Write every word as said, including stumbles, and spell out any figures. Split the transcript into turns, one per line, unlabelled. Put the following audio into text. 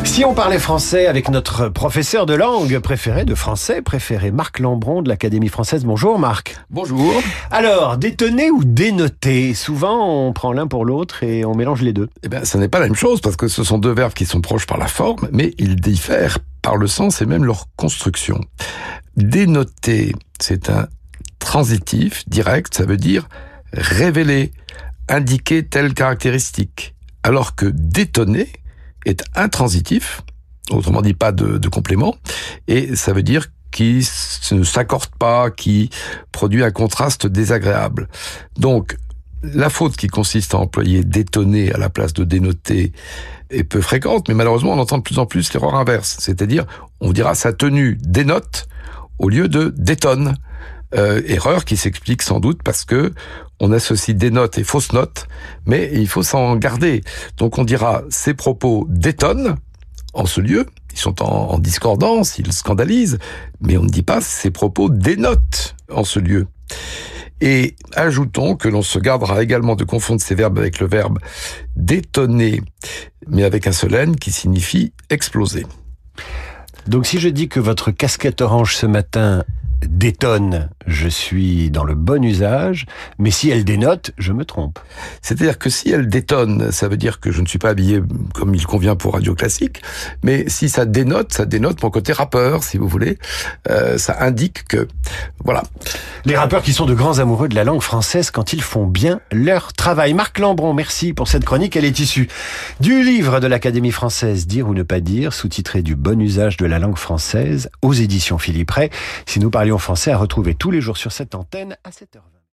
Si on parlait français avec notre professeur de langue préféré, de français préféré, Marc Lambron de l'Académie française. Bonjour Marc.
Bonjour.
Alors, détonner ou dénoter? Souvent, on prend l'un pour l'autre et on mélange les deux.
Eh bien, ce n'est pas la même chose parce que ce sont deux verbes qui sont proches par la forme, mais ils diffèrent par le sens et même leur construction. Dénoter, c'est un transitif direct, ça veut dire révéler, indiquer telle caractéristique. Alors que détonner est intransitif, autrement dit pas de, de complément, et ça veut dire qui ne s'accorde pas, qui produit un contraste désagréable. Donc, la faute qui consiste à employer détonner à la place de dénoter est peu fréquente, mais malheureusement, on entend de plus en plus l'erreur inverse. C'est-à-dire, on dira sa tenue dénote au lieu de détonne. Euh, erreur qui s'explique sans doute parce que on associe des notes et fausses notes, mais il faut s'en garder. Donc on dira ces propos détonnent en ce lieu, ils sont en, en discordance, ils scandalisent, mais on ne dit pas ces propos dénotent en ce lieu. Et ajoutons que l'on se gardera également de confondre ces verbes avec le verbe détonner, mais avec un seul N qui signifie exploser.
Donc si je dis que votre casquette orange ce matin détonne, je suis dans le bon usage, mais si elle dénote, je me trompe.
C'est-à-dire que si elle détonne, ça veut dire que je ne suis pas habillé comme il convient pour Radio Classique, mais si ça dénote, ça dénote mon côté rappeur, si vous voulez. Euh, ça indique que... Voilà.
Les rappeurs qui sont de grands amoureux de la langue française quand ils font bien leur travail. Marc Lambron, merci pour cette chronique. Elle est issue du livre de l'Académie française Dire ou ne pas dire, sous-titré du bon usage de la langue française, aux éditions Philippe Ray. Si nous parlions français, à retrouver tous les jours sur cette antenne à sept heures vingt.